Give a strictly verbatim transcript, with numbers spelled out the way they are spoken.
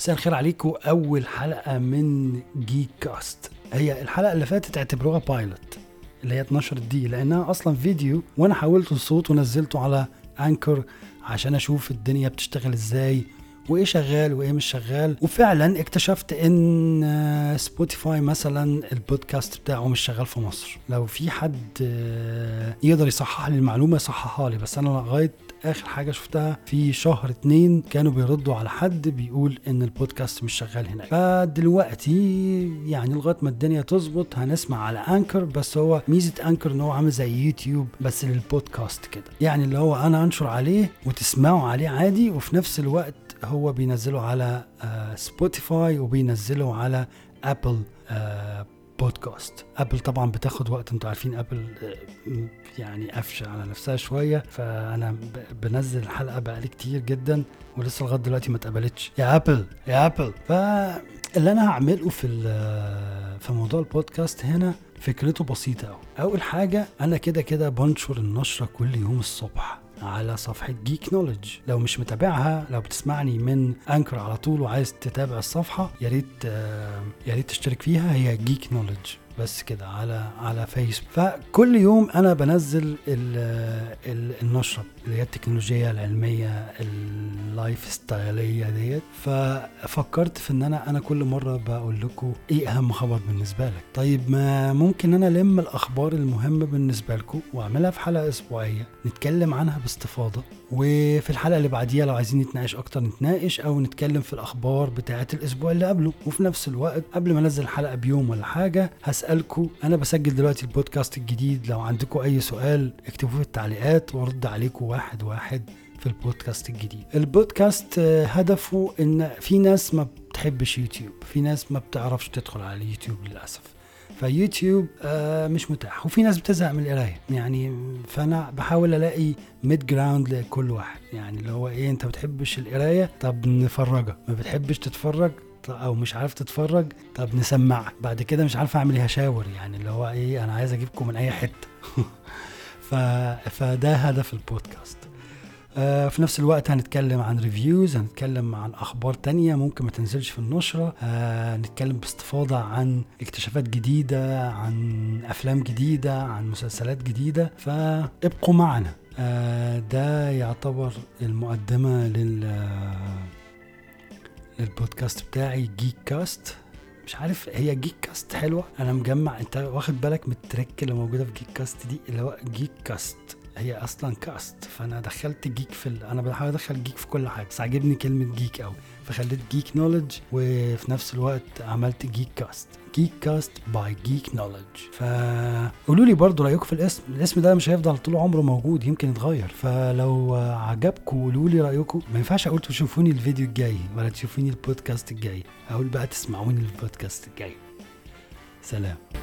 مساء الخير عليكم. اول حلقه من جيك كاست. هي الحلقه اللي فاتت اعتبروها بايلوت اللي هي اتناشر دي، لانها اصلا فيديو وانا حولته الصوت ونزلته على انكر عشان اشوف الدنيا بتشتغل ازاي وايه شغال وايه مش شغال. وفعلا اكتشفت ان سبوتيفاي مثلا البودكاست بتاعه مش شغال في مصر. لو في حد يقدر يصحح لي المعلومه يصححها لي، بس انا لغايه اخر حاجه شفتها في شهر اتنين كانوا بيردوا على حد بيقول ان البودكاست مش شغال هناك. فدلوقتي يعني لغايه ما الدنيا تظبط هنسمع على انكر، بس هو ميزه انكر ان هو عامل زي يوتيوب بس للبودكاست كده، يعني اللي هو انا انشر عليه وتسمعوا عليه عادي، وفي نفس الوقت هو بينزله على سبوتيفاي وبينزله على ابل بودكاست. ابل طبعا بتاخد وقت، انتوا عارفين ابل يعني قفشه على نفسها شويه، فانا بنزل الحلقه بقالي كتير جدا ولسه لغايه دلوقتي ما اتقبلتش يا ابل يا ابل. فاللي انا هعمله في في موضوع البودكاست هنا فكرته بسيطه قوي. اول حاجه انا كده كده بنشر النشره كل يوم الصبح على صفحة جيك نوليدج. لو مش متابعها، لو بتسمعني من انكر على طول وعايز تتابع الصفحة، يا ريت يا ريت تشترك فيها، هي جيك نوليدج بس كده على على فيسبوك. فكل يوم انا بنزل ال ال النشرة اللي هي التكنولوجيا العلمية اللايف ستايلية ديت. ففكرت في ان انا انا كل مرة بقول لكم ايه اهم خبر بالنسبة لك. طيب ما ممكن انا لم الاخبار المهمة بالنسبة لكم واعملها في حلقة اسبوعية نتكلم عنها باستفاضة، وفي الحلقة اللي بعديها لو عايزين نتناقش اكتر نتناقش او نتكلم في الاخبار بتاعة الاسبوع اللي قبله. وفي نفس الوقت قبل ما انزل الحلقة بيوم ولا حاجة هسألكم، انا بسجل دلوقتي البودكاست الجديد، لو عندكم اي سؤال اكتبوه في التعليقات وارد عليكم واحد واحد في البودكاست الجديد. البودكاست هدفه ان في ناس ما بتحبش يوتيوب، في ناس ما بتعرفش تدخل على اليوتيوب للأسف، فيوتيوب آه مش متاح، وفي ناس بتزهق من القرايه يعني. فانا بحاول الاقي ميد جراوند لكل واحد، يعني اللي هو ايه، انت بتحبش القرايه طب نفرجك، ما بتحبش تتفرج او مش عارف تتفرج طب نسمعك، بعد كده مش عارف اعمل ايه هشاور، يعني اللي هو ايه، انا عايز اجيبكم من اي حته. ف... فده هدف البودكاست. آه في نفس الوقت هنتكلم عن ريفيوز، هنتكلم عن أخبار تانية ممكن ما تنزلش في النشرة، آه نتكلم باستفاضة عن اكتشافات جديدة، عن أفلام جديدة، عن مسلسلات جديدة، فابقوا معنا. آه ده يعتبر المقدمة لل للبودكاست بتاعي جيك كاست. مش عارف هي جيك كاست حلوة، أنا مجمع، أنت واخد بالك من التريك اللي موجودة في جيك كاست دي اللي هو جيك كاست هي اصلا كاست، فانا دخلت جيك في ال... انا بحاول ادخل جيك في كل حاجه، بس عجبني كلمه جيك قوي فخليت جيك نوليدج، وفي نفس الوقت عملت جيك كاست، جيك كاست باي جيك نوليدج. فقولوا لي برضو رايكم في الاسم. الاسم ده مش هيفضل طول عمره موجود، يمكن يتغير، فلو عجبكم قولوا لي رايكم. ما ينفعش اقول تشوفوني الفيديو الجاي ولا تشوفوني البودكاست الجاي، اقول بقى تسمعوني البودكاست الجاي. سلام.